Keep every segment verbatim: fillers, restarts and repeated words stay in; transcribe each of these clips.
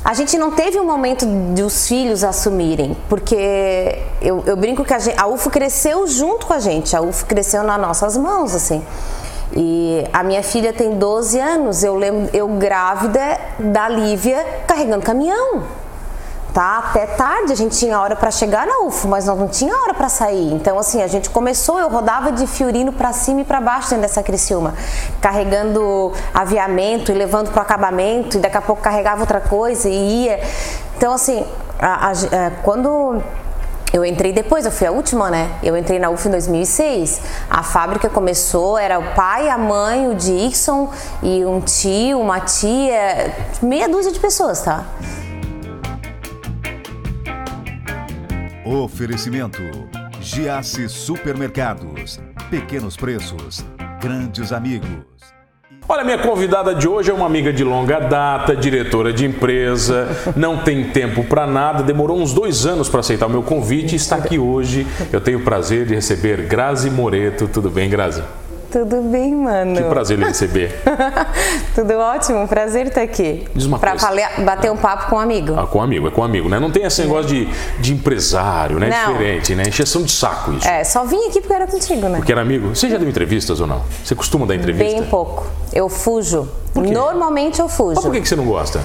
A gente não teve um momento de os filhos assumirem, porque eu, eu brinco que a, gente, a U F O cresceu junto com a gente, a U F O cresceu nas nossas mãos, assim. E a minha filha tem doze anos, eu lembro, eu grávida da Lívia carregando caminhão. Tá? Até tarde a gente tinha hora para chegar na U F O, mas não, não tinha hora para sair. Então, assim, a gente começou, eu rodava de Fiorino para cima e para baixo dentro dessa Criciúma, carregando aviamento e levando para o acabamento, e daqui a pouco carregava outra coisa e ia. Então, assim, a, a, a, quando eu entrei depois, eu fui a última, né? Eu entrei na U F O em dois mil e seis. A fábrica começou, era o pai, a mãe, o Dixon e um tio, uma tia, meia dúzia de pessoas, tá? Oferecimento: Giasse Supermercados. Pequenos preços, grandes amigos. Olha, minha convidada de hoje é uma amiga de longa data, diretora de empresa, não tem tempo para nada, demorou uns dois anos para aceitar o meu convite e está aqui hoje. Eu tenho o prazer de receber Grazi Moreto. Tudo bem, Grazi? Tudo bem, mano. Que prazer lhe receber. Tudo ótimo, prazer estar aqui. Diz uma pra coisa. Pra bater um papo com um amigo. Ah, com um amigo, é com um amigo, né? Não tem esse negócio de, de empresário, né? Não. Diferente, né? Encheção de saco isso. É, só vim aqui porque era contigo, né? Porque era amigo. Você já deu entrevistas ou não? Você costuma dar entrevista? Bem pouco. Eu fujo. Por quê? Normalmente eu fujo. Mas por que que você não gosta?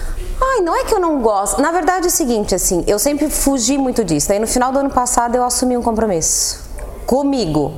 Ai, não é que eu não gosto. Na verdade é o seguinte, assim, eu sempre fugi muito disso. Daí no final do ano passado eu assumi um compromisso comigo,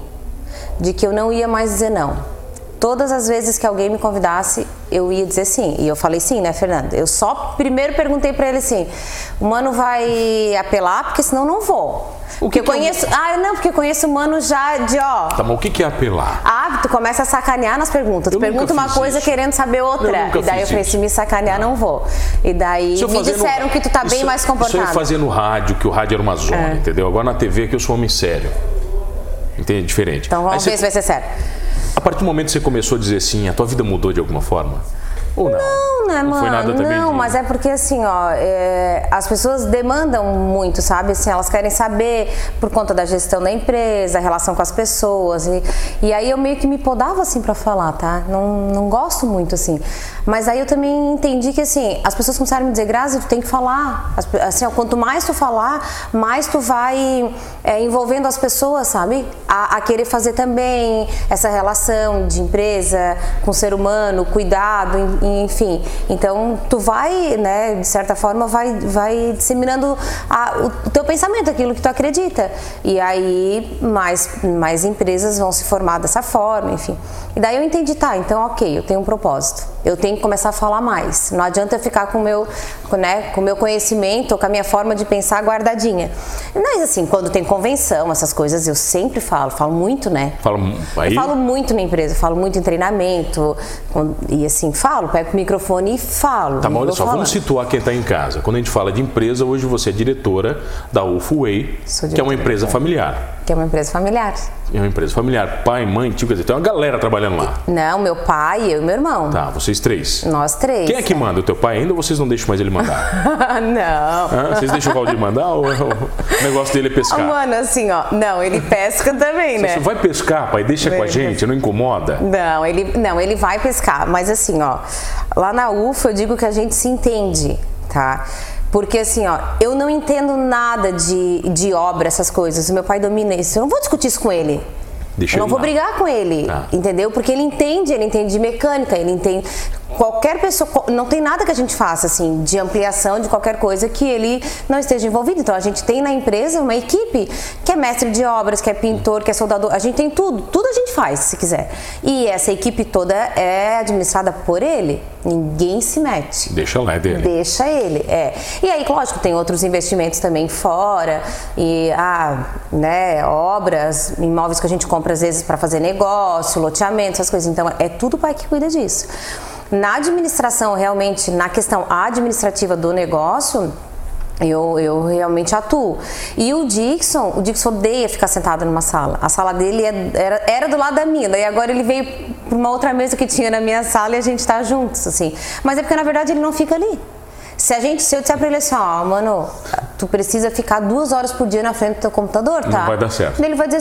de que eu não ia mais dizer não. Todas as vezes que alguém me convidasse, eu ia dizer sim. E eu falei sim, né, Fernanda? Eu só primeiro perguntei pra ele assim: o mano vai apelar? Porque senão não vou. O porque que eu que conheço. eu... Ah, não, porque eu conheço o mano já de ó. Tá, mas o que que é apelar? Ah, tu começa a sacanear nas perguntas. Tu Eu pergunta nunca uma fiz coisa isso. querendo saber outra. Eu nunca E daí fiz eu falei: isso. se me sacanear, não vou. E daí Isso eu me fazia no- disseram que tu tá bem isso- mais comportado. Isso eu fazia no rádio, que o rádio era uma zona, É. entendeu? Agora na T V é que eu sou homem sério. Entende? Diferente. Então vamos Aí ver você- se vai ser sério. A partir do momento que você começou a dizer sim, a tua vida mudou de alguma forma? Ou não? Não, né, mano? Não foi nada também Não, de- mas é porque assim, ó, é, as pessoas demandam muito, sabe? Assim, elas querem saber por conta da gestão da empresa, a relação com as pessoas. E, e aí eu meio que me podava assim pra falar, tá? Não, não gosto muito assim. Mas aí eu também entendi que assim, as pessoas começaram a me dizer: Grazi, tu tem que falar. As- Assim, ó, quanto mais tu falar, mais tu vai é, envolvendo as pessoas, sabe? A, a querer fazer também essa relação de empresa com o ser humano, cuidado, en- enfim. Então, tu vai, né, de certa forma, vai, vai disseminando a, o, o teu pensamento, aquilo que tu acredita. E aí, mais, mais empresas vão se formar dessa forma, enfim. E daí eu entendi, tá, então ok, eu tenho um propósito. Eu tenho que começar a falar mais. Não adianta eu ficar com o meu, com, né, com o meu conhecimento ou com a minha forma de pensar guardadinha. Mas assim, quando tem convenção, essas coisas, eu sempre falo, falo muito, né? Fala aí. Eu falo muito na empresa, falo muito em treinamento, com- e assim, falo, pego o microfone e falo. Tá, mas olha vou só, vamos falando. situar quem está em casa. Quando a gente fala de empresa, hoje você é diretora da U F O Way, Sou que é uma diretora, empresa é. familiar. Que é uma empresa familiar. É uma empresa familiar, pai, mãe, tio, quer dizer, tem uma galera trabalhando lá. Não, meu pai, eu e meu irmão. Tá, vocês três. Nós três. Quem é que manda? O teu pai ainda ou vocês não deixam mais ele mandar? Não. Hã? Vocês deixam o Valdir mandar ou o negócio dele é Ah, pescar? mano, assim, ó. Não, ele pesca também, né? Você vai pescar, pai? Deixa com a Vai, gente, não incomoda? Não, ele, não, ele vai pescar, mas assim, ó, lá na U F O eu digo que a gente se entende, tá? Porque assim, ó, eu não entendo nada de, de obra, essas coisas, o meu pai domina isso, eu não vou discutir isso com ele. Deixa Eu não ele vou lá. brigar com ele, Tá. entendeu? Porque ele entende, ele entende de mecânica, ele entende... Qualquer pessoa, não tem nada que a gente faça assim de ampliação de qualquer coisa que ele não esteja envolvido. Então a gente tem na empresa uma equipe que é mestre de obras, que é pintor, que é soldador, a gente tem tudo, tudo a gente faz se quiser. E essa equipe toda é administrada por ele, ninguém se mete. Deixa lá, é dele. Deixa ele, é. E aí, lógico, tem outros investimentos também fora, e ah, né, obras, imóveis que a gente compra às vezes para fazer negócio, loteamento, essas coisas. Então é tudo o pai que cuida disso. Na administração, realmente, na questão administrativa do negócio, eu, eu realmente atuo. E o Dixon, o Dixon odeia ficar sentado numa sala. A sala dele é, era, era do lado da minha, daí agora ele veio para uma outra mesa que tinha na minha sala e a gente tá juntos, assim. Mas é porque, na verdade, ele não fica ali. Se, a gente, se eu disser pra ele assim, ó, mano, tu precisa ficar duas horas por dia na frente do teu computador, tá? Não vai dar certo. Ele vai dizer assim, não.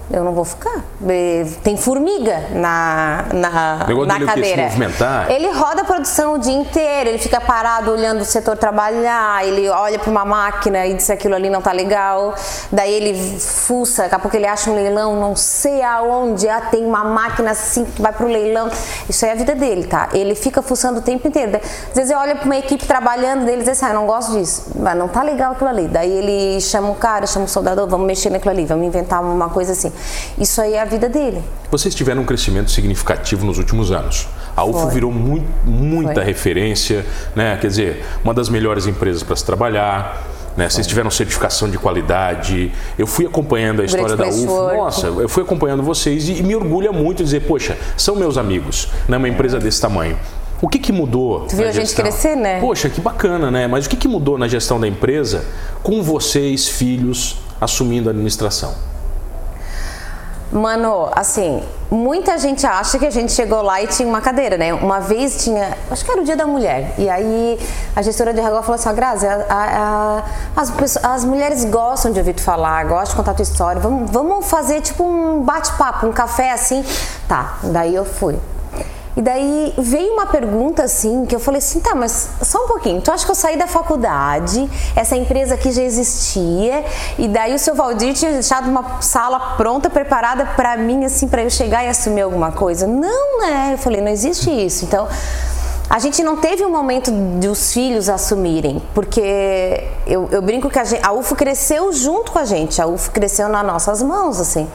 eu não vou ficar. Tem formiga na, na, na cadeira. Ele roda a produção o dia inteiro, ele fica parado olhando o setor trabalhar, ele olha para uma máquina e diz que aquilo ali não tá legal, daí ele fuça, daqui a pouco ele acha um leilão, não sei aonde, ah, tem uma máquina assim que vai pro leilão. Isso aí é a vida dele, tá? Ele fica fuçando o tempo inteiro. Às vezes eu olho para uma equipe trabalhando deles e diz assim, ah, eu não gosto disso, mas não tá legal aquilo ali. Daí ele chama um cara, chama um soldador, vamos mexer naquilo ali, vamos inventar uma coisa assim. Isso aí é a vida dele. Vocês tiveram um crescimento significativo nos últimos anos. A U F O virou muito, muita Foi. referência, né? Quer dizer, uma das melhores empresas para se trabalhar. Né? Vocês tiveram certificação de qualidade. Eu fui acompanhando a história da U F O. Nossa, eu fui acompanhando vocês e, e me orgulha muito dizer, poxa, são meus amigos, né? Uma empresa desse tamanho. O que que mudou? Tu viu a gente crescer, né? Poxa, que bacana, né? Mas o que que mudou na gestão da empresa com vocês, filhos, assumindo a administração? Mano, assim, muita gente acha que a gente chegou lá e tinha uma cadeira, né? Uma vez tinha, acho que era o Dia da Mulher, e aí a gestora de R H falou assim, ó, Grazi, a, a, a, as, pessoas, as mulheres gostam de ouvir tu falar, gostam de contar tua história, vamos, vamos fazer tipo um bate-papo, um café assim. Tá, daí eu fui. E daí veio uma pergunta assim, que eu falei assim, tá, mas só um pouquinho, tu acha que eu saí da faculdade, essa empresa aqui já existia, e daí o seu Valdir tinha deixado uma sala pronta, preparada pra mim, assim, pra eu chegar e assumir alguma coisa? Não, né? Eu falei, não existe isso. Então, a gente não teve um momento de os filhos assumirem, porque eu, eu brinco que a, gente, a U F O cresceu junto com a gente, a U F O cresceu nas nossas mãos, assim.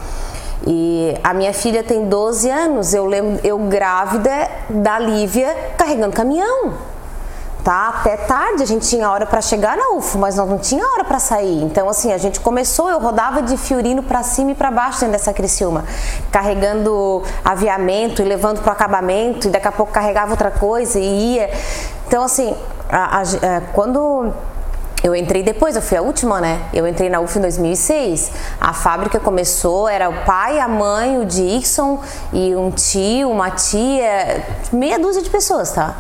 E a minha filha tem doze anos, eu lembro, eu grávida da Lívia carregando caminhão, tá? Até tarde a gente tinha hora para chegar na U F O, mas não, não tinha hora para sair. Então assim, a gente começou, eu rodava de Fiorino para cima e para baixo dentro dessa Criciúma, carregando aviamento e levando pro acabamento, e daqui a pouco carregava outra coisa e ia. Então assim, a, a, a, quando eu entrei depois, eu fui a última, né? Eu entrei na U F O em dois mil e seis. A fábrica começou, era o pai, a mãe, o Dixon e um tio, uma tia, meia dúzia de pessoas, tá?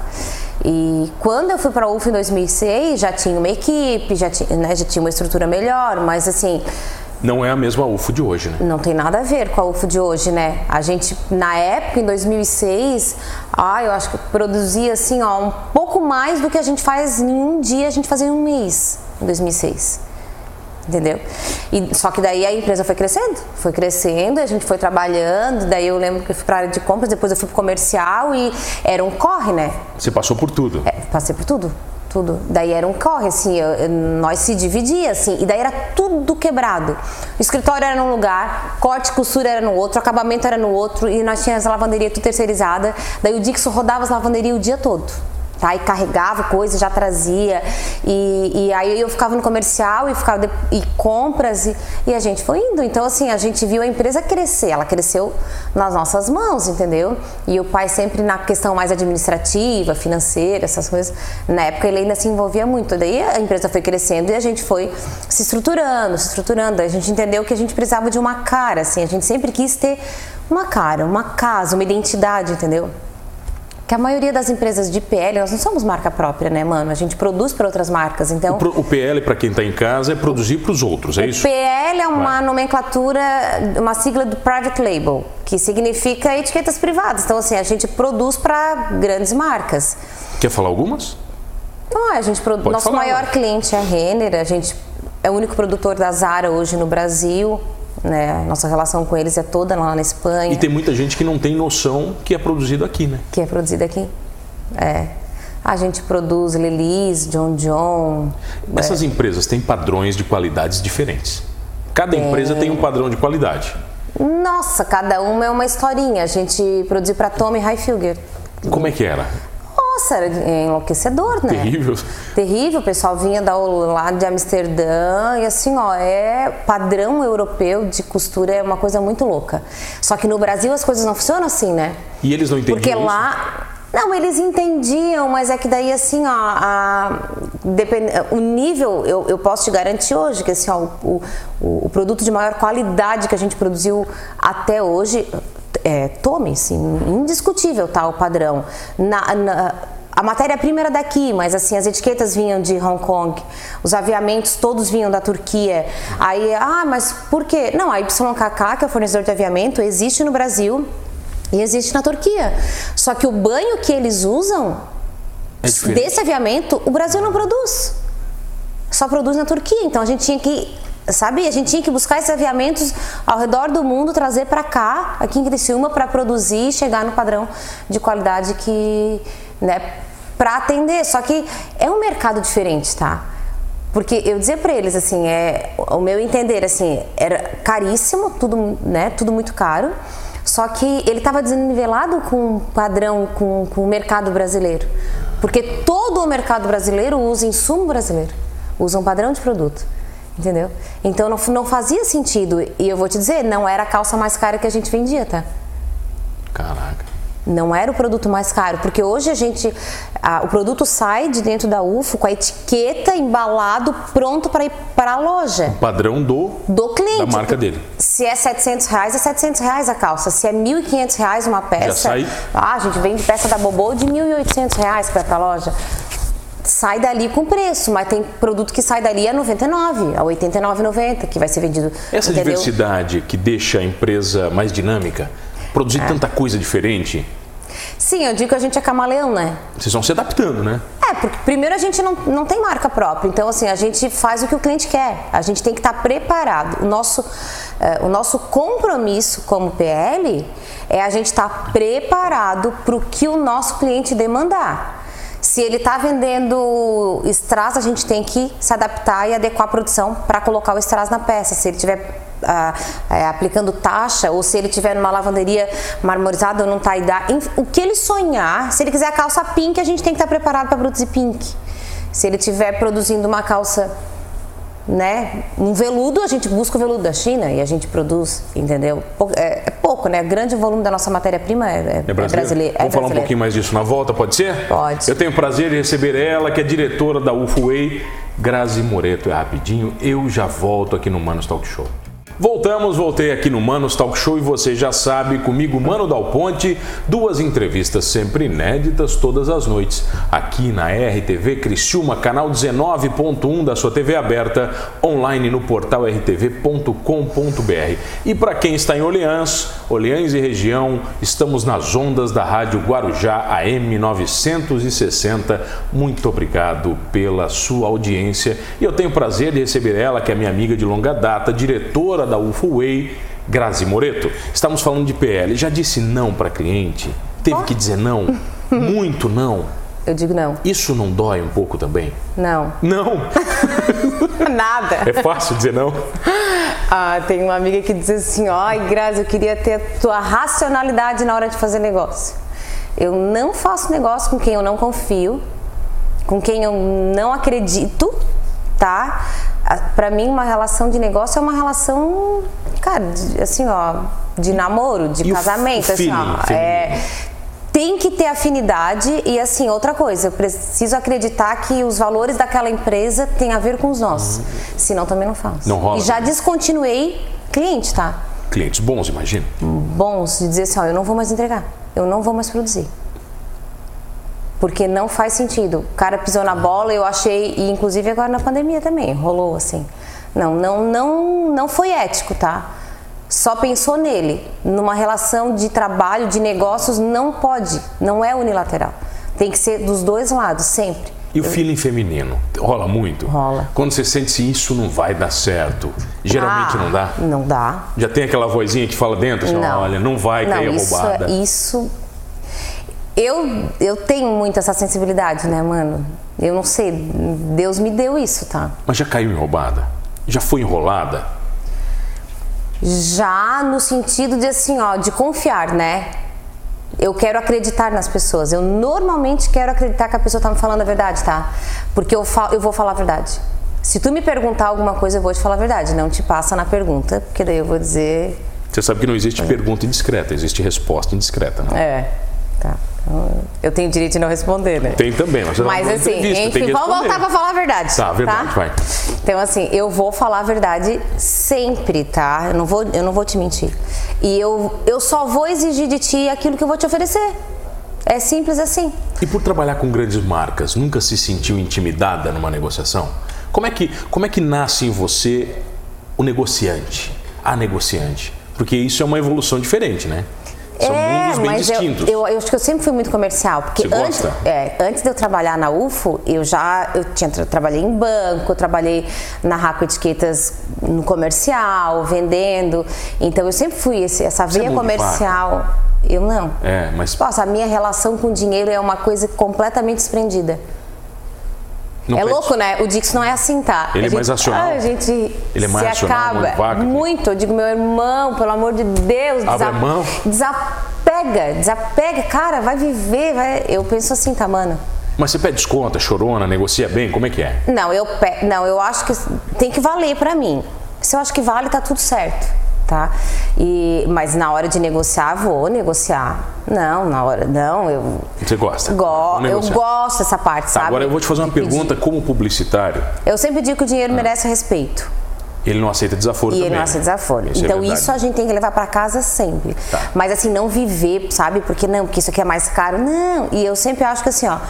E quando eu fui para a U F O em dois mil e seis, já tinha uma equipe, já tinha, né, já tinha uma estrutura melhor, mas assim... Não é a mesma U F O de hoje, né? Não tem nada a ver com a U F O de hoje, né? A gente, na época, em dois mil e seis, ah, eu acho que produzia assim, ó, um pouco mais do que a gente faz em um dia, a gente fazia em um mês, em dois mil e seis. Entendeu? E, só que daí a empresa foi crescendo, foi crescendo, a gente foi trabalhando, daí eu lembro que eu fui para a área de compras, depois eu fui para o comercial e era um corre, né? Você passou por tudo? É, passei por tudo. Tudo. Daí era um corre, assim, eu, eu, nós se dividia, assim, e daí era tudo quebrado. O escritório era num lugar, corte e costura era no outro, acabamento era no outro, e nós tínhamos a lavanderia tudo terceirizada. Daí o Dixon rodava as lavanderias o dia todo. Tá, e carregava coisa, já trazia, e, e aí eu ficava no comercial e ficava de, e compras e, e a gente foi indo. Então assim, a gente viu a empresa crescer, ela cresceu nas nossas mãos, entendeu? E o pai sempre na questão mais administrativa, financeira, essas coisas, na época ele ainda se envolvia muito. Daí a empresa foi crescendo e a gente foi se estruturando, se estruturando. A gente entendeu que a gente precisava de uma cara, assim, a gente sempre quis ter uma cara, uma casa, uma identidade, entendeu? Que a maioria das empresas de P L, nós não somos marca própria, né, mano? A gente produz para outras marcas, então... O, pro, o P L, para quem está em casa, é produzir para os outros, é isso? O P L é uma Vai. nomenclatura, uma sigla do Private Label, que significa etiquetas privadas. Então, assim, a gente produz para grandes marcas. Quer falar algumas? Não, a gente produz... Nosso falar, maior né? cliente é a Renner, a gente é o único produtor da Zara hoje no Brasil. Né? Nossa relação com eles é toda lá na Espanha. E tem muita gente que não tem noção que é produzido aqui, né? Que é produzido aqui. É. A gente produz Lelis, John John. Essas é. empresas têm padrões de qualidades diferentes. Cada é. empresa tem um padrão de qualidade. Nossa, cada uma é uma historinha. A gente produziu para Tommy Hilfiger. Como é que era? Nossa, era enlouquecedor, né? Terrível. Terrível, o pessoal vinha da, lá de Amsterdã e assim, ó, é padrão europeu de costura, é uma coisa muito louca. Só que no Brasil as coisas não funcionam assim, né? E eles não entendiam Porque isso? lá... Não, eles entendiam, mas é que daí assim, ó, a, depend, o nível, eu, eu posso te garantir hoje que assim, ó, o, o, o produto de maior qualidade que a gente produziu até hoje... É, tome, sim, indiscutível, tá, o padrão. Na, na, a matéria-prima era daqui, mas assim, as etiquetas vinham de Hong Kong, os aviamentos todos vinham da Turquia. Aí, ah, mas por quê? Não, a Y K K, que é o fornecedor de aviamento, existe no Brasil e existe na Turquia. Só que o banho que eles usam é desse aviamento, o Brasil não produz. Só produz na Turquia. Então a gente tinha que, sabe, a gente tinha que buscar esses aviamentos ao redor do mundo, trazer para cá, aqui em Criciúma, para produzir e chegar no padrão de qualidade que, né, para atender. Só que é um mercado diferente, tá? Porque eu dizia para eles, assim, é, o meu entender, assim, era caríssimo, tudo, né, tudo muito caro, só que ele estava desnivelado com o padrão, com, com o mercado brasileiro. Porque todo o mercado brasileiro usa insumo brasileiro, usa um padrão de produto, entendeu? Então não, não fazia sentido, e eu vou te dizer, não era a calça mais cara que a gente vendia, tá? Caraca. Não era o produto mais caro, porque hoje a gente, a, o produto sai de dentro da U F O com a etiqueta, embalado, pronto para ir para a loja. O padrão do, do cliente. Da marca dele. Se é setecentos reais, é setecentos reais a calça. Se é mil e quinhentos reais uma peça, já sai. Ah, a gente vende peça da Bobô de mil e oitocentos reais que vai para a loja. Sai dali com preço, mas tem produto que sai dali a noventa e nove reais, a oitenta e nove reais e noventa centavos, que vai ser vendido. Essa entendeu? Diversidade que deixa a empresa mais dinâmica, produzir é. tanta coisa diferente. Sim, eu digo que a gente é camaleão, né? Vocês vão se adaptando, né? É, porque primeiro a gente não, não tem marca própria, então assim, a gente faz o que o cliente quer, a gente tem que estar preparado. O nosso, uh, o nosso compromisso como P L é a gente estar preparado para o que o nosso cliente demandar. Se ele está vendendo strass, a gente tem que se adaptar e adequar a produção para colocar o strass na peça. Se ele estiver ah, é, aplicando taxa, ou se ele estiver numa lavanderia marmorizada ou num tie-dye, o que ele sonhar, se ele quiser a calça pink, a gente tem que estar preparado para produzir pink. Se ele estiver produzindo uma calça, né, um veludo, a gente busca o veludo da China e a gente produz, entendeu? É, é pouco, né? O grande volume da nossa matéria-prima é, é, é brasileiro. Vamos é falar um pouquinho mais disso na volta, pode ser? Pode. Eu tenho o prazer de receber ela, que é diretora da U F O Way, Grazi Moreto. É rapidinho, eu já volto aqui no Manos Talk Show. Voltamos, voltei aqui no Manos Talk Show e você já sabe, comigo, Mano Dal Ponte, duas entrevistas sempre inéditas todas as noites, aqui na R T V Criciúma, canal dezenove ponto um da sua T V aberta, online no portal r t v ponto com ponto b r. E para quem está em Orleans, Orleans e região, estamos nas ondas da Rádio Guarujá A M novecentos e sessenta. Muito obrigado pela sua audiência e eu tenho o prazer de receber ela, que é minha amiga de longa data, diretora da U F O Way, Grazi Moreto. Estamos falando de P L. Já disse não para cliente? Teve oh. que dizer não? Muito não? Eu digo não. Isso não dói um pouco também? Não. Não? Nada. É fácil dizer não? Ah, tem uma amiga que diz assim, ai, Grazi, eu queria ter a tua racionalidade na hora de fazer negócio. Eu não faço negócio com quem eu não confio, com quem eu não acredito, tá? Pra mim, uma relação de negócio é uma relação, cara, de, assim, ó, de namoro, de e casamento, o assim, ó. É, tem que ter afinidade e, assim, outra coisa, eu preciso acreditar que os valores daquela empresa têm a ver com os nossos. Hum. Senão também não faço. Não rola. E já descontinuei cliente, tá? Clientes bons, imagina. Bons, de dizer assim, ó, eu não vou mais entregar, eu não vou mais produzir. Porque não faz sentido. O cara pisou na bola, eu achei, e inclusive agora na pandemia também, rolou assim. Não, não, não, não foi ético, tá? Só pensou nele. Numa relação de trabalho, de negócios, não pode, não é unilateral. Tem que ser dos dois lados, sempre. E o feeling feminino? Rola muito? Rola. Quando você sente se isso não vai dar certo, geralmente ah, não dá? Não dá. Já tem aquela vozinha que fala dentro, assim, não. olha, não vai não, cair isso, roubada. Isso... Eu, eu tenho muito essa sensibilidade, né, mano? Eu não sei, Deus me deu isso, tá? Mas já caiu em roubada? Já foi enrolada? Já no sentido de assim, ó, de confiar, né? Eu quero acreditar nas pessoas. Eu normalmente quero acreditar que a pessoa tá me falando a verdade, tá? Porque eu, falo, eu vou falar a verdade. Se tu me perguntar alguma coisa, eu vou te falar a verdade. Não te passa na pergunta, porque daí eu vou dizer... Você sabe que não existe é. pergunta indiscreta, existe resposta indiscreta, né? É, tá. Eu tenho o direito de não responder, né? Tem também, mas, mas assim, enfim, vamos voltar pra falar a verdade. Tá, verdade, tá? vai. Então, assim, eu vou falar a verdade sempre, tá? Eu não vou, eu não vou te mentir. E eu, eu só vou exigir de ti aquilo que eu vou te oferecer. É simples assim. E por trabalhar com grandes marcas, nunca se sentiu intimidada numa negociação? Como é que, como é que nasce em você o negociante, a negociante? Porque isso é uma evolução diferente, né? São é, mundos bem mas distintos. Eu, eu, eu acho que eu sempre fui muito comercial. Porque Você antes, gosta? É, antes de eu trabalhar na U F O, eu já eu tinha, trabalhei em banco, eu trabalhei na Raco Etiquetas no comercial, vendendo. Então eu sempre fui esse, essa Você veia é comercial. Eu não. É, mas... Nossa, a minha relação com o dinheiro é uma coisa completamente desprendida. Não é pede. louco, né? O Dix não é assim, tá? Ele a é gente, mais racional. Ah, a gente Ele é mais se racional, acaba muito vaca, muito. Eu digo, meu irmão, pelo amor de Deus, abre a mão. desapega, desapega, cara, vai viver, vai. Eu penso assim, tá, mano? Mas você pede desconto, chorona, negocia bem, como é que é? Não, eu pe... não, eu acho que tem que valer pra mim. Se eu acho que vale, tá tudo certo. Tá? E, mas na hora de negociar, vou negociar. Não, na hora, não, eu... Você gosta? Go, eu gosto dessa parte, tá, sabe? Agora eu vou te fazer uma de pergunta pedir. Como publicitário. Eu sempre digo que o dinheiro ah. merece respeito. Ele não aceita desaforo e também. E ele não aceita desaforo. Isso então é isso a gente tem que levar pra casa sempre. Tá. Mas assim, não viver, sabe? Porque não, porque isso aqui é mais caro. Não, e eu sempre acho que assim, ó,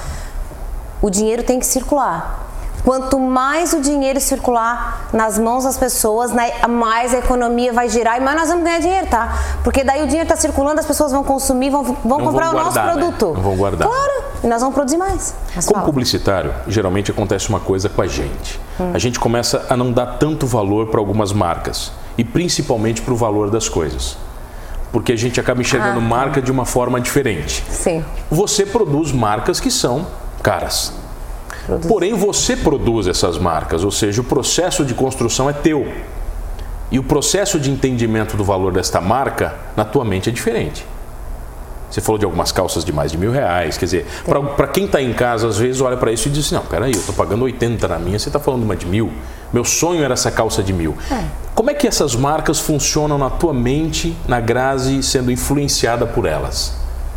o dinheiro tem que circular. Quanto mais o dinheiro circular nas mãos das pessoas, né, mais a economia vai girar e mais nós vamos ganhar dinheiro, tá? Porque daí o dinheiro está circulando, as pessoas vão consumir, vão, vão comprar vão o guardar, nosso produto. Né? Não vão guardar. Claro, e nós vamos produzir mais. Mas Como fala. publicitário, geralmente acontece uma coisa com a gente. Hum. A gente começa a não dar tanto valor para algumas marcas e principalmente para o valor das coisas. Porque a gente acaba enxergando ah, marca de uma forma diferente. Sim. Você produz marcas que são caras. Porém, você produz essas marcas, ou seja, o processo de construção é teu. E o processo de entendimento do valor desta marca, na tua mente, é diferente. Você falou de algumas calças de mais de mil reais, quer dizer, para quem está em casa, às vezes olha para isso e diz assim, não, peraí, eu estou pagando oitenta na minha, você está falando uma de mil? Meu sonho era essa calça de mil. É. Como é que essas marcas funcionam na tua mente, na Grazi, sendo influenciada por elas?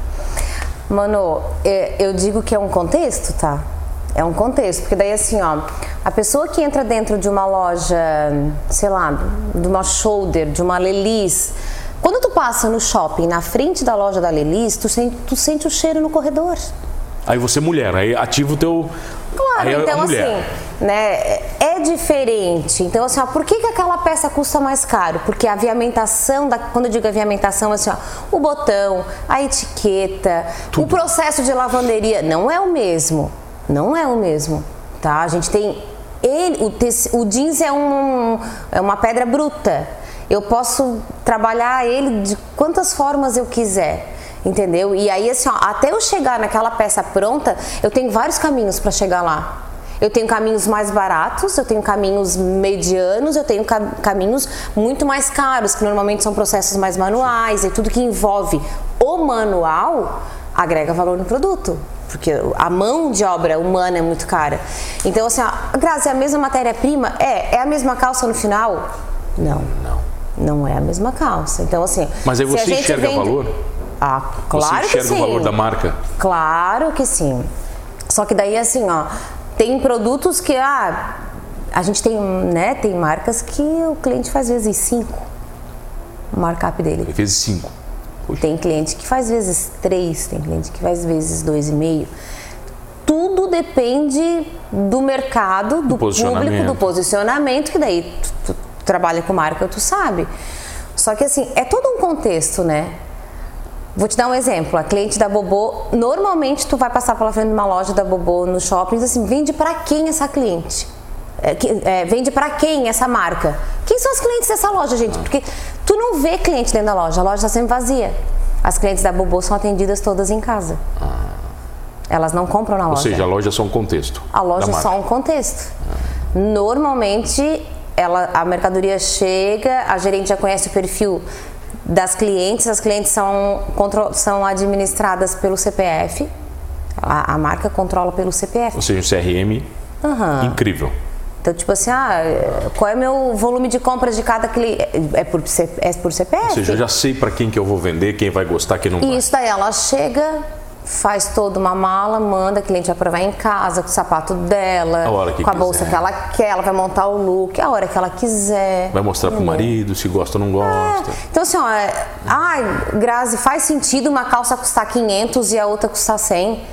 Mano, eu digo que é um contexto, tá? É um contexto, porque daí assim, ó, a pessoa que entra dentro de uma loja, sei lá, de uma Shoulder, de uma Lelis, quando tu passa no shopping, na frente da loja da Lelis, tu sente, tu sente o cheiro no corredor. Aí você mulher, aí ativa o teu... Claro, aí então assim, né, é diferente. Então assim, ó, por que que aquela peça custa mais caro? Porque a aviamentação, da, quando eu digo aviamentação, assim, ó, o botão, a etiqueta, Tudo. o processo de lavanderia não é o mesmo. Não é o mesmo, tá? A gente tem ele, o, tec, o jeans é, um, é uma pedra bruta. Eu posso trabalhar ele de quantas formas eu quiser, entendeu? E aí assim, ó, até eu chegar naquela peça pronta, eu tenho vários caminhos para chegar lá. Eu tenho caminhos mais baratos, eu tenho caminhos medianos, eu tenho cam caminhos muito mais caros, que normalmente são processos mais manuais, e tudo que envolve o manual agrega valor no produto. Porque a mão de obra humana é muito cara. Então, assim, a Grazi, é a mesma matéria-prima? É. É a mesma calça no final? Não. Não. Não é a mesma calça. Então, assim... Mas aí você enxerga vende... valor? Ah, claro que sim. Você enxerga o valor da marca? Claro que sim. Só que daí, assim, ó, tem produtos que, ah, a gente tem, né, tem marcas que o cliente faz vezes cinco. O markup dele. Ele fez cinco. Puxa. Tem cliente que faz vezes três, tem cliente que faz vezes dois e meio. Tudo depende do mercado, do, do público, do posicionamento, que daí tu, tu trabalha com marca, tu sabe. Só que assim, é todo um contexto, né? Vou te dar um exemplo. A cliente da Bobô, normalmente tu vai passar pela frente de uma loja da Bobô no shopping e diz assim, vende pra quem essa cliente? É, é, vende pra quem essa marca? Quem são os clientes dessa loja, gente? Porque tu não vê cliente dentro da loja, a loja está sempre vazia. As clientes da Bobô são atendidas todas em casa. Ah. Elas não compram na loja. Ou seja, a loja é só um contexto. A loja é só um contexto. Ah. Normalmente, ela, a mercadoria chega, a gerente já conhece o perfil das clientes, as clientes são, são administradas pelo C P F, a, a marca controla pelo C P F. Ou seja, um C R M uhum. incrível. Então, tipo assim, ah, qual é o meu volume de compras de cada cliente? É por, é por C P F? Ou seja, eu já sei para quem que eu vou vender, quem vai gostar, quem não vai. E isso daí, ela chega, faz toda uma mala, manda, a cliente vai provar em casa, com o sapato dela, com a bolsa que ela quer, ela vai montar o look, a hora que ela quiser. Vai mostrar entendeu? Pro marido se gosta ou não gosta. É. Então assim, ó, ai, Grazi, faz sentido uma calça custar quinhentos e a outra custar cem?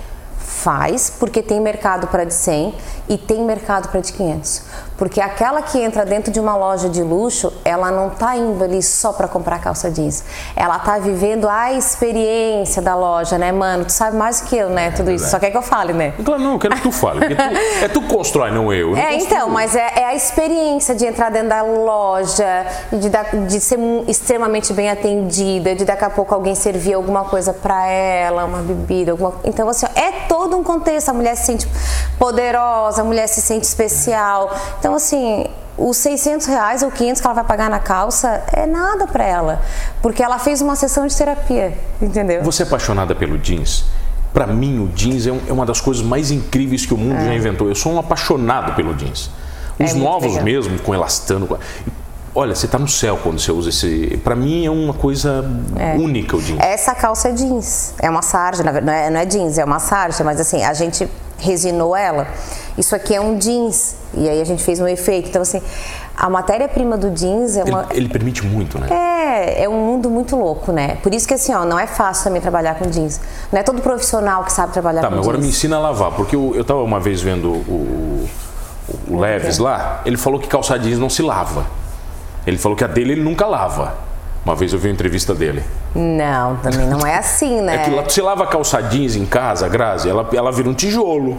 Faz, porque tem mercado para de cem e tem mercado para de quinhentos. Porque aquela que entra dentro de uma loja de luxo, ela não tá indo ali só para comprar calça jeans. Ela tá vivendo a experiência da loja, né, mano? Tu sabe mais do que eu, né, tudo é isso. Só quer que eu fale, né? Claro, não, eu quero que tu fale. Tu, é tu que constrói, não eu. eu não é, então, mas é, é a experiência de entrar dentro da loja, de, dar, de ser extremamente bem atendida, de daqui a pouco alguém servir alguma coisa para ela, uma bebida, alguma... Então, assim, ó, é todo um contexto. A mulher se sente poderosa, a mulher se sente especial. Então, assim, os seiscentos reais ou quinhentos que ela vai pagar na calça é nada para ela, porque ela fez uma sessão de terapia, entendeu? Você é apaixonada pelo jeans? Para mim, o jeans é, um, é uma das coisas mais incríveis que o mundo é. já inventou. Eu sou um apaixonado pelo jeans. Os é novos legal. mesmo, com elastano... Olha, você tá no céu quando você usa esse... Pra mim é uma coisa é. única o jeans. Essa calça é jeans, é uma sarja, não é, não é jeans, é uma sarja, mas assim, a gente resinou ela. Isso aqui é um jeans, e aí a gente fez um efeito. Então assim, a matéria-prima do jeans é uma... Ele, ele permite muito, né? É, é um mundo muito louco, né? Por isso que assim, ó, não é fácil também trabalhar com jeans. Não é todo profissional que sabe trabalhar tá, com jeans. Tá, mas agora me ensina a lavar, porque eu, eu tava uma vez vendo o, o, o Leves lá, ele falou que calça jeans não se lava. Ele falou que a dele ele nunca lava. Uma vez eu vi uma entrevista dele. Não, também não é assim, né? É que você lava calça jeans em casa, Grazi, ela, ela vira um tijolo.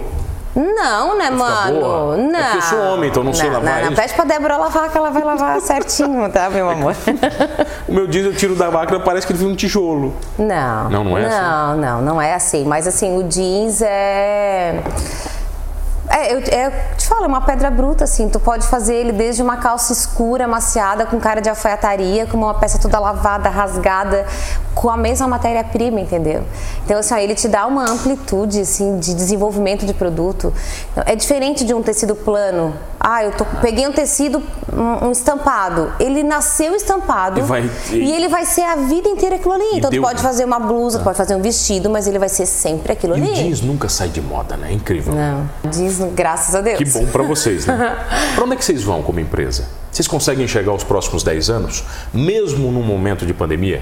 Não, né, mano? Boa. Não. É porque eu sou homem, então não, não sei lavar. Não, não. Pede pra Débora lavar, que ela vai lavar certinho, tá, meu amor? O meu jeans eu tiro da máquina, parece que ele vira um tijolo. Não. Não, não é não, assim? Não, não, não é assim. Mas assim, o jeans é... É, eu, eu te falo, é uma pedra bruta, assim, tu pode fazer ele desde uma calça escura, amaciada, com cara de alfaiataria, com uma peça toda lavada, rasgada, com a mesma matéria-prima, entendeu? Então, assim, ó, ele te dá uma amplitude, assim, de desenvolvimento de produto. É diferente de um tecido plano. Ah, eu tô, peguei um tecido, um, um estampado. Ele nasceu estampado e, vai, e... e ele vai ser a vida inteira aquilo ali. Então, deu... tu pode fazer uma blusa, ah. tu pode fazer um vestido, mas ele vai ser sempre aquilo e ali. E o jeans nunca sai de moda, né? É incrível. Não, jeans, graças a Deus. Que bom pra vocês, né? Pra onde é que vocês vão como empresa? Vocês conseguem enxergar os próximos dez anos, mesmo num momento de pandemia?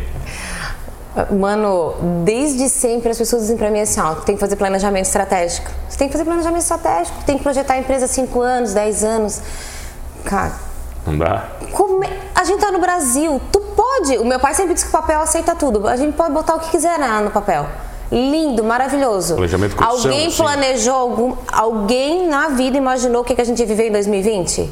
Mano, desde sempre as pessoas dizem pra mim assim, ó, tem que fazer planejamento estratégico. Você tem que fazer planejamento estratégico, tem que projetar a empresa cinco anos, dez anos. Cara... Não dá? Como é? A gente tá no Brasil, tu pode... O meu pai sempre disse que o papel aceita tudo. A gente pode botar o que quiser no papel. Lindo, maravilhoso. Planejamento com Alguém sim. planejou, algum, alguém na vida imaginou o que a gente ia viver em dois mil e vinte?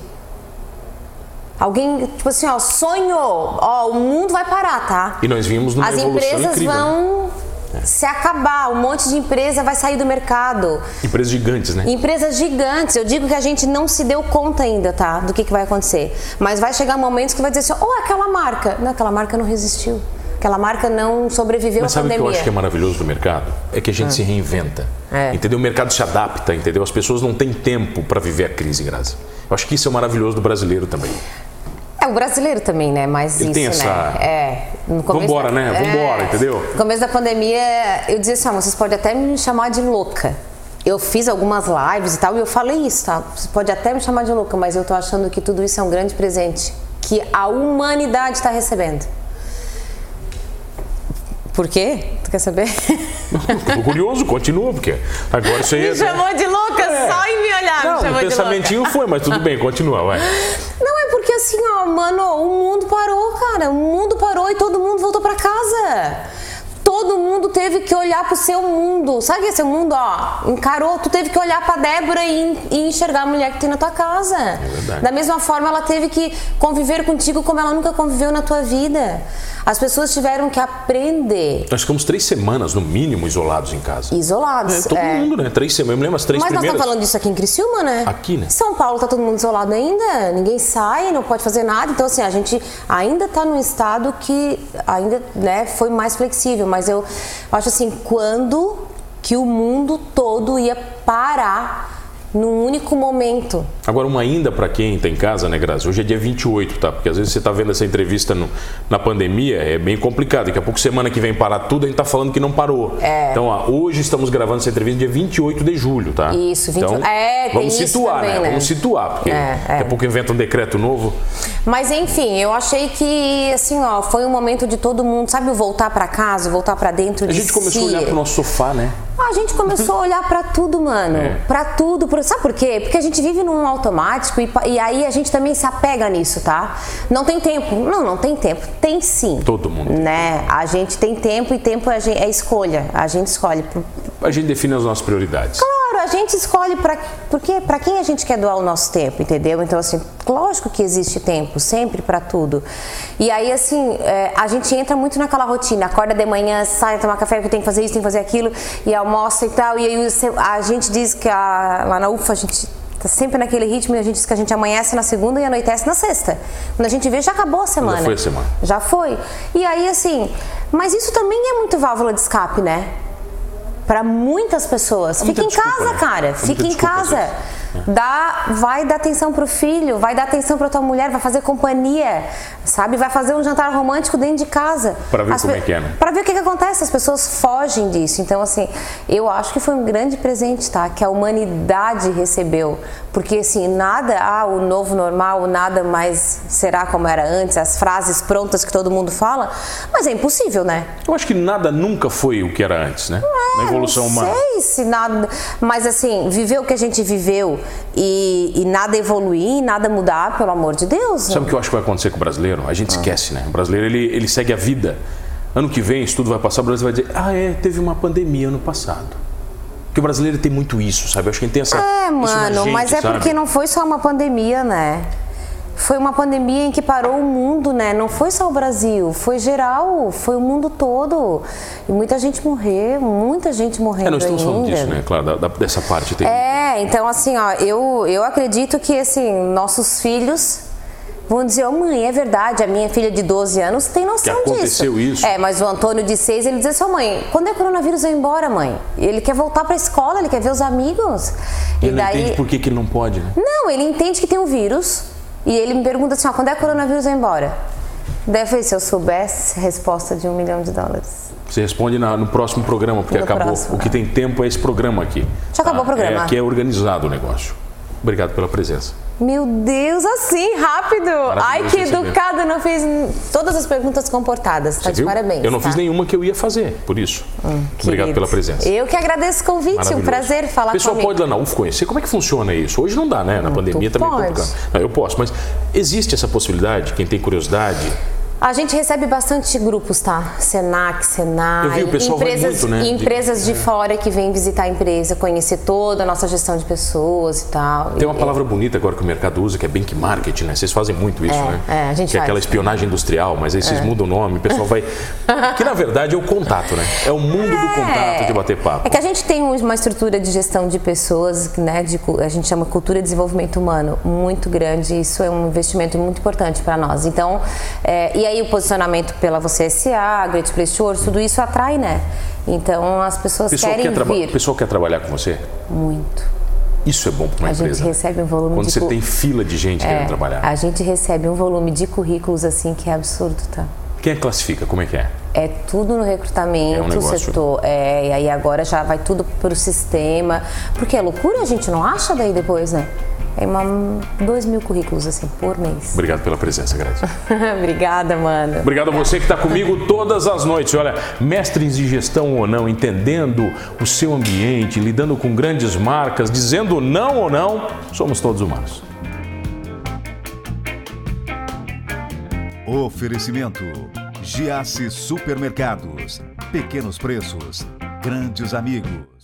Alguém, tipo assim, ó, sonhou, ó, o mundo vai parar, tá? E nós vimos numa As evolução empresas incrível, vão né? se acabar, um monte de empresa vai sair do mercado. Empresas gigantes, né? Empresas gigantes. Eu digo que a gente não se deu conta ainda, tá? Do que, que vai acontecer. Mas vai chegar momentos que vai dizer assim, oh, aquela marca. Não, aquela marca não resistiu. Aquela marca não sobreviveu Mas à pandemia. Mas sabe o que eu acho que é maravilhoso do mercado? É que a gente ah. se reinventa. É. Entendeu? O mercado se adapta, entendeu? As pessoas não têm tempo para viver a crise, Grazi. Eu acho que isso é maravilhoso do brasileiro também. É, o brasileiro também, né? Mas Ele isso, tem essa... né? É. No começo Vambora, da... né? Vambora, é. entendeu? No começo da pandemia, eu dizia assim, ah, vocês podem até me chamar de louca. Eu fiz algumas lives e tal, e eu falei isso, tá? Você pode até me chamar de louca, mas eu tô achando que tudo isso é um grande presente que a humanidade está recebendo. Por quê? Tu quer saber? Tô curioso, continua, porque agora isso aí... Me é... chamou de louca é. só em me olhar, Não, me chamou o pensamentinho de louca. foi, mas tudo bem, continua, vai. Não, é porque assim, ó, mano, o mundo parou, cara, o mundo parou e todo mundo voltou pra casa. Todo mundo teve que olhar pro seu mundo. Sabe esse mundo, ó, encarou, tu teve que olhar pra Débora e, e enxergar a mulher que tem na tua casa. É verdade. Da mesma forma, ela teve que conviver contigo como ela nunca conviveu na tua vida. As pessoas tiveram que aprender. Nós ficamos três semanas, no mínimo, isolados em casa. Isolados, é. Todo é. mundo, né? Três semanas, eu me lembro as três Mas primeiras... nós estamos falando disso aqui em Criciúma, né? Aqui, né? São Paulo tá todo mundo isolado ainda, ninguém sai, não pode fazer nada. Então, assim, a gente ainda tá num estado que ainda, né, foi mais flexível. Mas eu acho assim, quando que o mundo todo ia parar num único momento. Agora, uma ainda para quem está em casa, né, Grazi? Hoje é dia vinte e oito, tá? Porque às vezes você está vendo essa entrevista no, na pandemia, é bem complicado. Daqui a pouco, semana que vem, parar tudo, a gente está falando que não parou. É. Então, ó, hoje estamos gravando essa entrevista dia vinte e oito de julho, tá? Isso, vinte e oito. Então, é, vamos tem situar, também, né? né? Vamos situar, porque é, daqui é. a pouco inventa um decreto novo. Mas, enfim, eu achei que, assim, ó, foi um momento de todo mundo, sabe, o voltar para casa, voltar para dentro de si. A gente começou a olhar pro nosso sofá, né? A gente começou a olhar pra tudo, mano. É. Pra tudo. Pra... Sabe por quê? Porque a gente vive num automático e, e aí a gente também se apega nisso, tá? Não tem tempo. Não, não tem tempo. Tem sim. Todo mundo. Né? A gente tem tempo e tempo é, é escolha. A gente escolhe. A gente define as nossas prioridades. Claro, a gente escolhe pra, porque, pra quem a gente quer doar o nosso tempo, entendeu? Então, assim, lógico que existe tempo, sempre pra tudo. E aí, assim, é, a gente entra muito naquela rotina. Acorda de manhã, sai tomar café, porque tem que fazer isso, tem que fazer aquilo, e almoça e tal. E aí a gente diz que a, lá na U F A a gente tá sempre naquele ritmo e a gente diz que a gente amanhece na segunda e anoitece na sexta. Quando a gente vê, já acabou a semana. Já foi a semana. Já foi. E aí, assim, mas isso também é muito válvula de escape, né? Para muitas pessoas. Fica em casa, né? Cara. Fica em casa. Dá, vai dar atenção pro filho, vai dar atenção pra tua mulher, vai fazer companhia, sabe? Vai fazer um jantar romântico dentro de casa. Pra ver As como pe... é que é, né? Pra ver o que, que acontece. As pessoas fogem disso. Então, assim, eu acho que foi um grande presente, tá? Que a humanidade recebeu. Porque, assim, nada, ah, o novo normal, nada mais será como era antes, as frases prontas que todo mundo fala, mas é impossível, né? Eu acho que nada nunca foi o que era antes, né? É, Na evolução humana. Não sei se nada, mas assim, viver o que a gente viveu e, e nada evoluir, nada mudar, pelo amor de Deus. Sabe o que eu acho que vai acontecer com o brasileiro? A gente ah. esquece, né? O brasileiro, ele, ele segue a vida. Ano que vem, isso tudo vai passar, o Brasil vai dizer, ah, é, teve uma pandemia ano passado. Porque o brasileiro tem muito isso, sabe? Eu acho que ele tem essa... É, mano, gente, mas é sabe? Porque não foi só uma pandemia, né? Foi uma pandemia em que parou o mundo, né? Não foi só o Brasil, foi geral, foi o mundo todo. E muita gente morreu, muita gente morrendo. É, nós estamos ainda. falando disso, né? Claro, da, da, dessa parte. Tem... É, então assim, ó, eu, eu acredito que, assim, nossos filhos vão dizer, oh, mãe, é verdade, a minha filha de doze anos tem noção que aconteceu disso. isso. É, mas o Antônio de seis, ele diz assim, oh, mãe, quando é que o coronavírus vai embora, mãe? Ele quer voltar pra escola, ele quer ver os amigos. Ele e não daí... entende por que, que ele não pode, né? Não, ele entende que tem um vírus. E ele me pergunta assim, ó, quando é que o coronavírus vai embora? Daí eu falei, se eu soubesse, resposta de um milhão de dólares. Você responde na, no próximo programa, porque no acabou. Próximo. O que tem tempo é esse programa aqui. Já acabou tá? o programa. É, aqui é organizado o negócio. Obrigado pela presença. Meu Deus, assim, rápido! Ai, que educado, não fez todas as perguntas comportadas. Tá de parabéns. Eu não tá? fiz nenhuma que eu ia fazer, por isso. Hum, Obrigado pela presença. Eu que agradeço o convite, um prazer falar comigo. O pessoal pode ir lá na U F A conhecer como é que funciona isso. Hoje não dá, né? Na não, pandemia também é complicado. Não, eu posso, mas existe essa possibilidade? Quem tem curiosidade... A gente recebe bastante grupos, tá? Senac, Senai, eu vi, o pessoal empresas, vai muito, né? empresas de, de fora que vêm visitar a empresa, conhecer toda a nossa gestão de pessoas e tal. Tem uma palavra bonita agora que o mercado usa, que é benchmarking, né? Vocês fazem muito isso, é, né? É, a gente que é faz. aquela espionagem industrial, mas aí vocês é. mudam o nome, o pessoal vai... Que na verdade é o contato, né? É o mundo é. do contato, de bater papo. É que a gente tem uma estrutura de gestão de pessoas, né? De, a gente chama cultura de desenvolvimento humano, muito grande. Isso é um investimento muito importante para nós. Então, é, e aí o posicionamento pela Você S A, Great Place to Work, tudo isso atrai, né? Então as pessoas pessoal querem quer vir. O pessoal quer trabalhar com você? Muito. Isso é bom para uma a empresa. A gente recebe um volume Quando de... você cu... tem fila de gente é, querendo trabalhar. A gente recebe um volume de currículos assim que é absurdo, tá? Quem é que classifica? Como é que é? É tudo no recrutamento, é um negócio... setor. É, e aí agora já vai tudo pro sistema. Porque é loucura, a gente não acha daí depois, né? É uma, dois mil currículos, assim, por mês. Obrigado pela presença, Grazi. Obrigada, mano. Obrigado a você que está comigo todas as noites. Olha, mestres de gestão ou não, entendendo o seu ambiente, lidando com grandes marcas, dizendo não ou não, somos todos humanos. Oferecimento: Giasse Supermercados. Pequenos preços, grandes amigos.